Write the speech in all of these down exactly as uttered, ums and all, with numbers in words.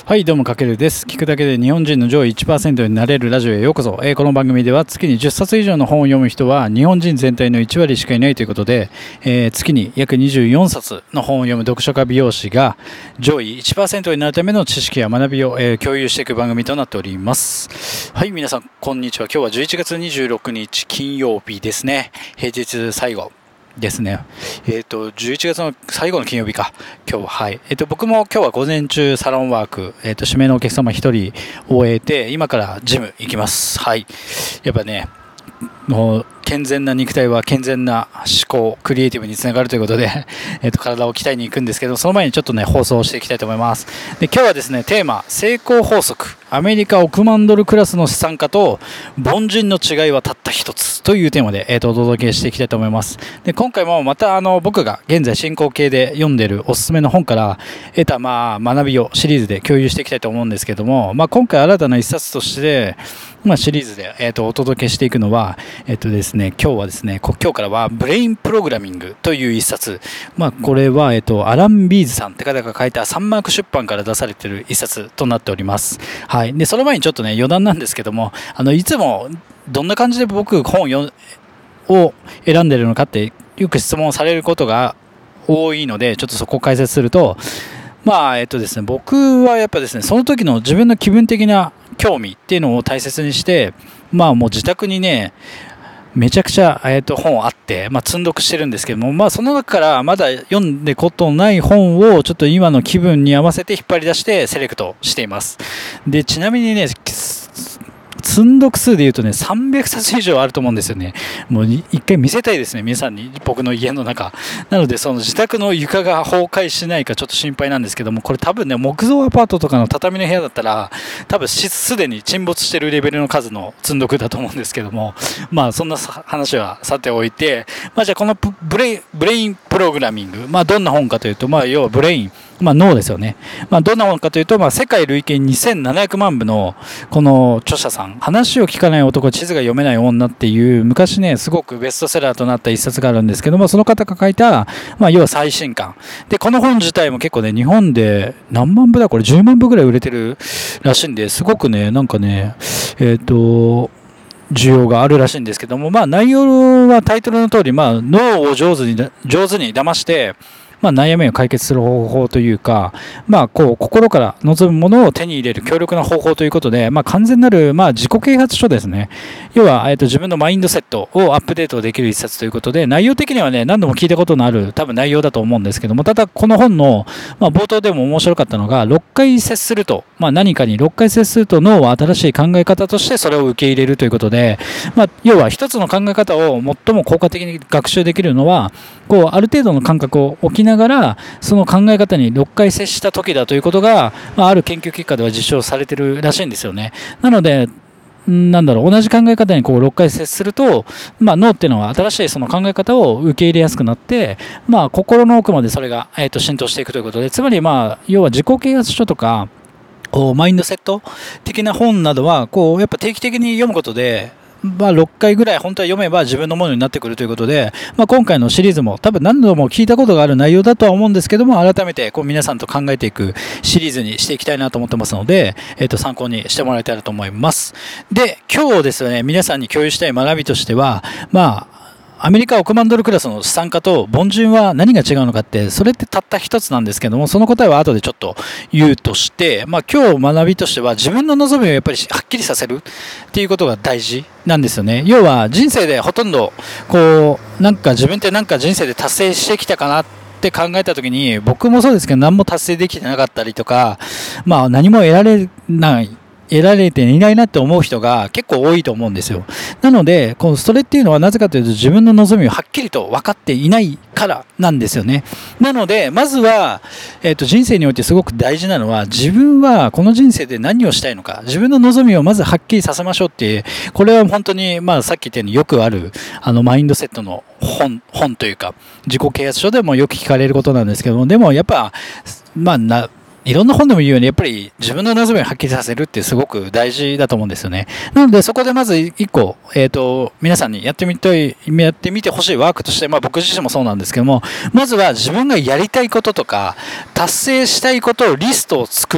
はい、どうもかけるです。聞くだけで日本人の上位いちパーセントになれるラジオへようこそ。えーこの番組では月にじゅっさつ以上の本を読む人は日本人全体のいちわりしかいないということで、えー月に約にじゅうよんさつの本を読む読書家美容師が上位いちパーセントになるための知識や学びを、えー共有していく番組となっております。はい、皆さんこんにちは。今日はじゅういちがつにじゅうろくにち金曜日ですね。平日最後ですね。えっ、と、じゅういちがつの最後の金曜日か。今日は、はい。えっ、と、僕も今日は午前中サロンワーク、えっ、と、指名のお客様一人終えて、今からジム行きます。はい。やっぱね、もう健全な肉体は健全な思考、クリエイティブにつながるということで、えっと、体を鍛えに行くんですけど、その前にちょっとね、放送をしていきたいと思います。で、今日はですね、テーマ、成功法則。アメリカ億万ドルクラスの資産家と凡人の違いはたった一つというテーマで、えっと、お届けしていきたいと思います。で、今回もまたあの僕が現在進行形で読んでいるおすすめの本から得たまあ学びをシリーズで共有していきたいと思うんですけども、まあ、今回新たな一冊として、まあ、シリーズで、えっと、お届けしていくのは、えっとですね、今日はですね、今日からはブレインプログラミングという一冊、まあ、これは、えっと、アラン・ビーズさんって方が書いたサンマーク出版から出されている一冊となっております。はい。で、その前にちょっとね、余談なんですけども、あの、いつもどんな感じで僕本を選んでるのかってよく質問されることが多いので、ちょっとそこを解説すると、まあ、えっとですね、僕はやっぱですね、その時の自分の気分的な興味っていうのを大切にして、まあもう自宅にね、めちゃくちゃ、えっと、本あって、まあ、積んどくしてるんですけども、まあ、その中からまだ読んでことない本をちょっと今の気分に合わせて引っ張り出してセレクトしています。で、ちなみにね、積んどく数で言うとね、さんびゃくさつ以上あると思うんですよね。もう一回見せたいですね、皆さんに、僕の家の中。なので、その自宅の床が崩壊しないかちょっと心配なんですけども、これ多分ね、木造アパートとかの畳の部屋だったら、多分すでに沈没してるレベルの数の積んどくだと思うんですけども、まあ、そんな話はさておいて、まあ、じゃあこのブレイン、ブレインプログラミング、まあ、どんな本かというと、まあ、要はブレイン、まあ、脳ですよね。まあ、どんなものかというと、まあ、世界累計にせんななひゃくまんぶのこの著者さん、話を聞かない男、地図が読めない女っていう昔ね、すごくベストセラーとなった一冊があるんですけども、その方が書いた、まあ、要は最新刊で、この本自体も結構ね、日本で何万部だこれじゅうまんぶぐらい売れてるらしいんで、すごくね、なんかね、えっと需要があるらしいんですけども、まあ、内容はタイトルの通り、まあ、脳を上手に上手に騙してまあ、悩みを解決する方法というか、まあ、こう心から望むものを手に入れる強力な方法ということで、まあ、完全なる、まあ、自己啓発書ですね。要は、えっと、自分のマインドセットをアップデートできる一冊ということで、内容的にはね、何度も聞いたことのある多分内容だと思うんですけども、ただこの本の、まあ、冒頭でも面白かったのが、ろっかい接すると、まあ、何かにろっかい接すると脳は新しい考え方としてそれを受け入れるということで、まあ、要は一つの考え方を最も効果的に学習できるのは、こうある程度の感覚を置きながらその考え方にろっかい接した時だということが、まあ、ある研究結果では実証されているらしいんですよね。なのでなんだろう同じ考え方にこうろっかい接すると、まあ、脳っていうのは新しいその考え方を受け入れやすくなって、まあ、心の奥までそれが、えー、と浸透していくということで、つまり、まあ、要は自己啓発書とかこうマインドセット的な本などはこうやっぱ定期的に読むことで、まあ、ろっかいぐらい本当は読めば自分のものになってくるということで、まあ、今回のシリーズも多分何度も聞いたことがある内容だとは思うんですけども、改めてこう皆さんと考えていくシリーズにしていきたいなと思ってますので、えっと参考にしてもらえたらと思います。で、今日ですね、皆さんに共有したい学びとしては、まあアメリカ億万ドルクラスの資産家と凡人は何が違うのかって、それってたった一つなんですけども、その答えは後でちょっと言うとして、まあ今日学びとしては自分の望みをやっぱりはっきりさせるっていうことが大事なんですよね。要は人生でほとんどこう、なんか自分ってなんか人生で達成してきたかなって考えたときに、僕もそうですけど何も達成できてなかったりとか、まあ何も得られない。得られていないなって思う人が結構多いと思うんですよ。なので、このそれっていうのはなぜかというと自分の望みをはっきりと分かっていないからなんですよね。なので、まずは、えっと、人生においてすごく大事なのは、自分はこの人生で何をしたいのか、自分の望みをまずはっきりさせましょうっていう、これは本当に、まあさっき言ったようによくある、あの、マインドセットの本、本というか、自己啓発書でもよく聞かれることなんですけども、でもやっぱ、まあな、いろんな本でも言うように、やっぱり自分の望みをはっきりさせるってすごく大事だと思うんですよね。なので、そこでまず一個、えっと、皆さんにやってみたい、やってみてほしいワークとして、まあ僕自身もそうなんですけども、まずは自分がやりたいこととか、達成したいことをリストを作る。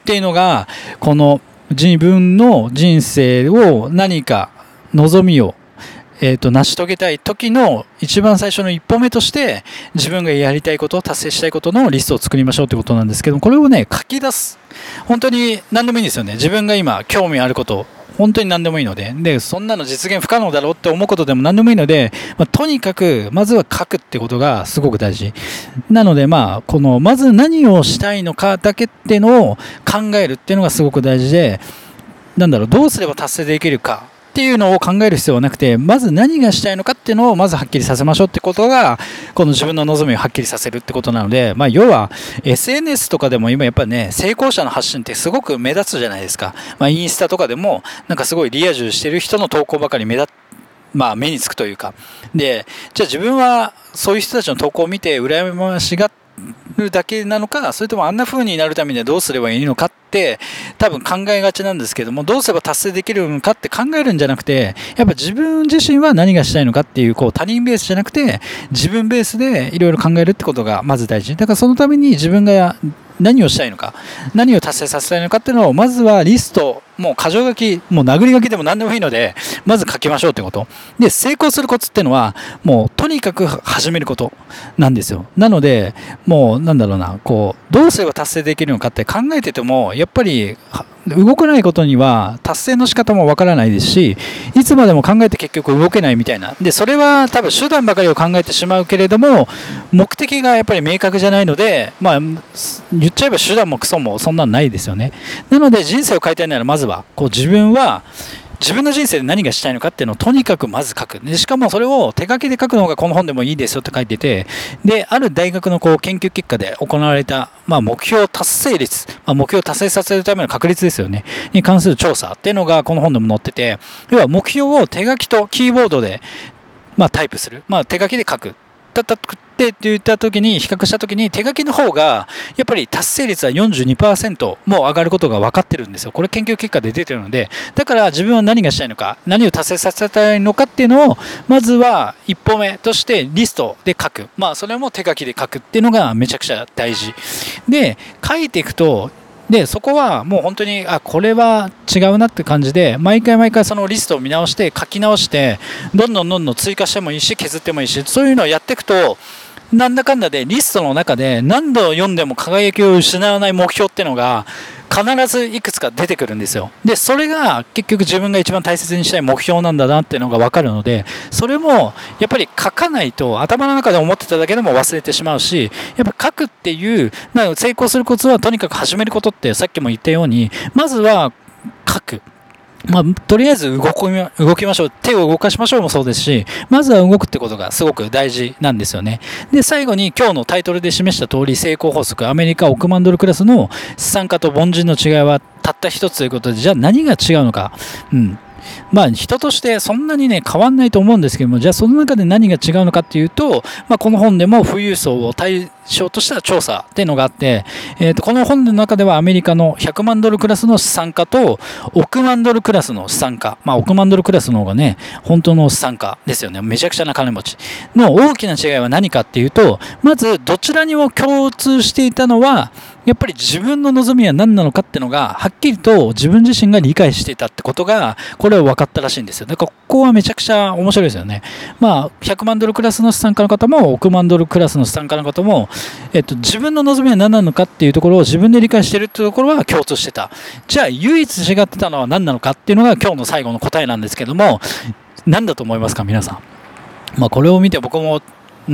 っていうのが、この自分の人生を何か望みをえーと、成し遂げたい時の一番最初の一歩目として自分がやりたいこと、達成したいことのリストを作りましょうということなんですけども、これをね、書き出す。本当に何でもいいんですよね。自分が今興味あること、本当に何でもいいので、で、そんなの実現不可能だろうって思うことでも何でもいいので、まあ、とにかくまずは書くってことがすごく大事。なので、まあ、この、まず何をしたいのかだけっていうのを考えるっていうのがすごく大事で、なんだろう、どうすれば達成できるかっていうのを考える必要はなくて、まず何がしたいのかっていうのをまずはっきりさせましょうってことが、この自分の望みをはっきりさせるってことなので、まあ、要は エスエヌエス とかでも今やっぱりね、成功者の発信ってすごく目立つじゃないですか。まあ、インスタとかでもなんかすごいリア充してる人の投稿ばかり目立まあ、目につくというか。で、じゃあ自分はそういう人たちの投稿を見て羨ましがるだけなのか、それともあんな風になるためにはどうすればいいのかって多分考えがちなんですけども、どうすれば達成できるのかって考えるんじゃなくて、やっぱ自分自身は何がしたいのかっていう、こう他人ベースじゃなくて自分ベースでいろいろ考えるってことがまず大事だから、そのために自分が何をしたいのか、何を達成させたいのかっていうのをまずはリスト、もう箇条書き、もう殴り書きでも何でもいいのでまず書きましょうってことで、成功するコツっていうのはもうとにかく始めることなんですよ。なのでもうなんだろうな、こうどうすれば達成できるのかって考えててもやっぱり動かないことには達成の仕方もわからないですし、いつまでも考えて結局動けないみたいな。で、それは多分手段ばかりを考えてしまうけれども、目的がやっぱり明確じゃないので、まあ、言っちゃえば手段もクソもそんなんないですよね。なので人生を変えたいならまずは、こう自分は、自分の人生で何がしたいのかっていうのをとにかくまず書く。でしかもそれを手書きで書くのがこの本でもいいですよって書いてて、で、ある大学のこう研究結果で行われた、まあ、目標達成率、まあ、目標を達成させるための確率ですよね、に関する調査っていうのがこの本でも載ってて、要は目標を手書きとキーボードで、まあ、タイプする。まあ、手書きで書く。だったって言った時に、比較した時に手書きの方がやっぱり達成率は よんじゅうにパーセント も上がることが分かってるんですよ。これ研究結果で出てるので、だから自分は何がしたいのか、何を達成させたいのかっていうのをまずは一歩目としてリストで書く。まあそれも手書きで書くっていうのがめちゃくちゃ大事で、書いていくと、でそこはもう本当に、あ、これは違うなって感じで、毎回毎回そのリストを見直して書き直して、どんどんどんどん追加してもいいし削ってもいいし、そういうのをやっていくと、なんだかんだでリストの中で何度読んでも輝きを失わない目標っていうのが必ずいくつか出てくるんですよ。でそれが結局自分が一番大切にしたい目標なんだなっていうのが分かるので、それもやっぱり書かないと頭の中で思ってただけでも忘れてしまうし、やっぱ書くっていうなんか成功するコツはとにかく始めることって、さっきも言ったようにまずは書く。まあ、とりあえず動きま、動きましょう。手を動かしましょうもそうですし、まずは動くってことがすごく大事なんですよね。で、最後に今日のタイトルで示した通り、成功法則、アメリカ億万ドルクラスの資産家と凡人の違いはたった一つということで、じゃあ何が違うのか。うん。まあ人としてそんなにね変わんないと思うんですけども、じゃあその中で何が違うのかっていうと、まあ、この本でも富裕層を対象とした調査っていうのがあって、えー、とこの本の中ではアメリカのひゃくまんドルクラスの資産家と億万ドルクラスの資産家、まあ億万ドルクラスの方がね本当の資産家ですよね、めちゃくちゃな金持ちの大きな違いは何かっていうと、まずどちらにも共通していたのはやっぱり自分の望みは何なのかっていうのがはっきりと自分自身が理解していたってことがこれは分かったらしいんですよ。だからここはめちゃくちゃ面白いですよね。まあひゃくまんドルクラスの資産家の方も億万ドルクラスの資産家の方も、えっと、自分の望みは何なのかっていうところを自分で理解しているっていうところは共通してた。じゃあ唯一違ってたのは何なのかっていうのが今日の最後の答えなんですけども、何だと思いますか皆さん。まあこれを見て僕もうん、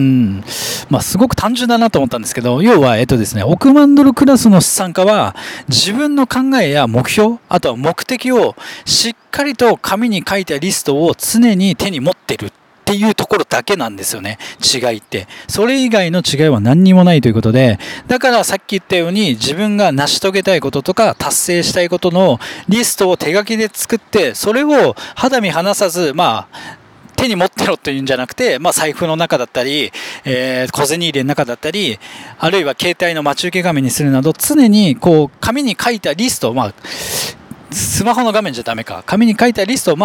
まあすごく単純だなと思ったんですけど、要はえっとですね、億万ドルクラスの資産家は自分の考えや目標、あとは目的をしっかりと紙に書いたリストを常に手に持ってるっていうところだけなんですよね、違いって。それ以外の違いは何にもないということで、だからさっき言ったように自分が成し遂げたいこととか達成したいことのリストを手書きで作って、それを肌身離さず、まあ手に持ってろというんじゃなくて、まあ、財布の中だったり、えー、小銭入れの中だったり、あるいは携帯の待ち受け画面にするなど、常にこう紙に書いたリストを、まあ、スマホの画面じゃダメか、紙に書いたリストをまあ持っ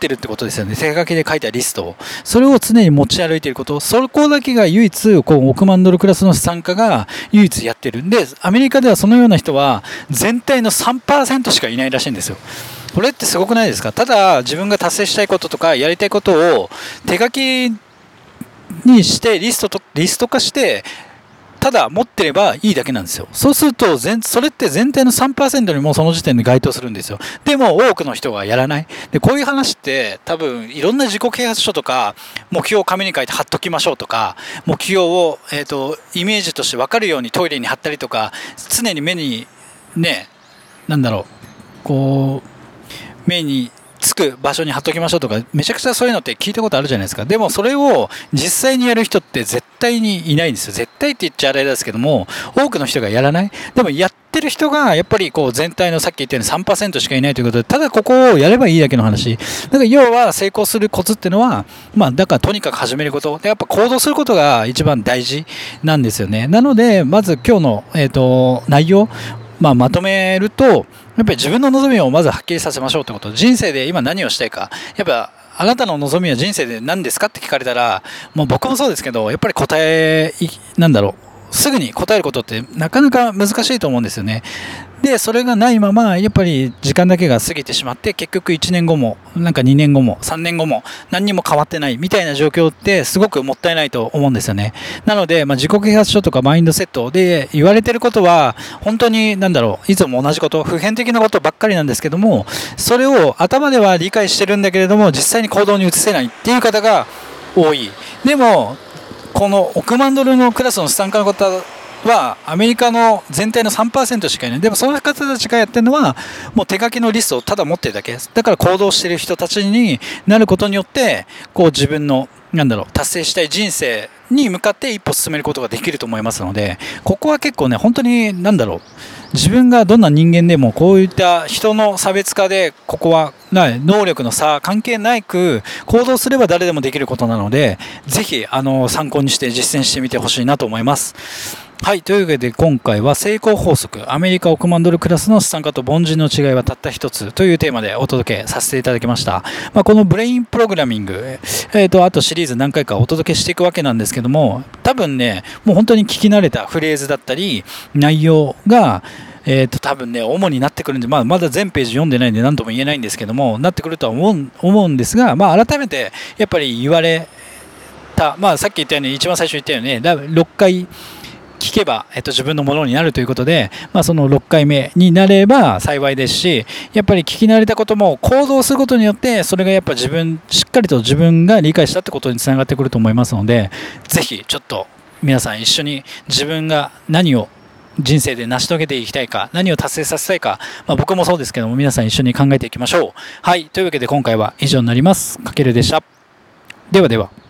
ってるってことですよね。手書きで書いたリストを。それを常に持ち歩いていること。そこだけが唯一、こう、億万ドルクラスの資産家が唯一やってるんで、アメリカではそのような人は全体の さんパーセント しかいないらしいんですよ。これってすごくないですか？ただ自分が達成したいこととかやりたいことを手書きにしてリストとリスト化してただ持ってればいいだけなんですよ。そうすると全それって全体の さんパーセント にもその時点で該当するんですよ。でも多くの人がやらない。でこういう話って多分いろんな自己啓発書とか目標を紙に書いて貼っときましょうとか目標を、えーと、イメージとして分かるようにトイレに貼ったりとか常に目にねなんだろうこう目につく場所に貼っときましょうとかめちゃくちゃそういうのって聞いたことあるじゃないですか。でもそれを実際にやる人って絶対にいないんですよ。絶対って言っちゃあれですけども多くの人がやらない。でもやってる人がやっぱりこう全体のさっき言ったように さんパーセント しかいないということでただここをやればいいだけの話だから要は成功するコツっていうのはまあだからとにかく始めることでやっぱ行動することが一番大事なんですよね。なのでまず今日の、えーと、内容まあ、まとめるとやっぱり自分の望みをまずはっきりさせましょうってこと。人生で今何をしたいかやっぱあなたの望みは人生で何ですかって聞かれたらもう僕もそうですけどやっぱり答えなんだろうすぐに答えることってなかなか難しいと思うんですよね。でそれがないままやっぱり時間だけが過ぎてしまって結局いちねんごもなんかにねんごもさんねんごも何にも変わってないみたいな状況ってすごくもったいないと思うんですよね。なので、まあ、自己啓発書とかマインドセットで言われてることは本当に何だろういつも同じこと普遍的なことばっかりなんですけどもそれを頭では理解してるんだけれども実際に行動に移せないっていう方が多い。でもこの億万ドルのクラスの資産家の方はアメリカの全体の さんパーセント しかいない。でもその方たちがやってるのはもう手書きのリストをただ持ってるだけです。だから行動している人たちになることによってこう自分のなんだろう達成したい人生に向かって一歩進めることができると思いますのでここは結構ね本当になんだろう自分がどんな人間でもこういった人の差別化でここは能力の差関係なく行動すれば誰でもできることなのでぜひあの参考にして実践してみてほしいなと思います。はい。というわけで今回は成功法則、アメリカ億万ドルクラスの資産家と凡人の違いはたった一つというテーマでお届けさせていただきました。まあ、このブレインプログラミング、えーと、あとシリーズ何回かお届けしていくわけなんですけども、多分ね、もう本当に聞き慣れたフレーズだったり、内容が、えーと、多分ね、主になってくるんで、まあ、まだ全ページ読んでないんで何とも言えないんですけども、なってくるとは思う、思うんですが、まあ、改めてやっぱり言われた、まあ、さっき言ったように、一番最初言ったように、ろっかい、聞けば、えっと、自分のものになるということで、まあ、そのろっかいめになれば幸いですしやっぱり聞き慣れたことも行動することによってそれがやっぱ自分しっかりと自分が理解したってことにつながってくると思いますのでぜひちょっと皆さん一緒に自分が何を人生で成し遂げていきたいか何を達成させたいか、まあ、僕もそうですけども皆さん一緒に考えていきましょう。はいというわけで今回は以上になります。かけるでした。ではでは。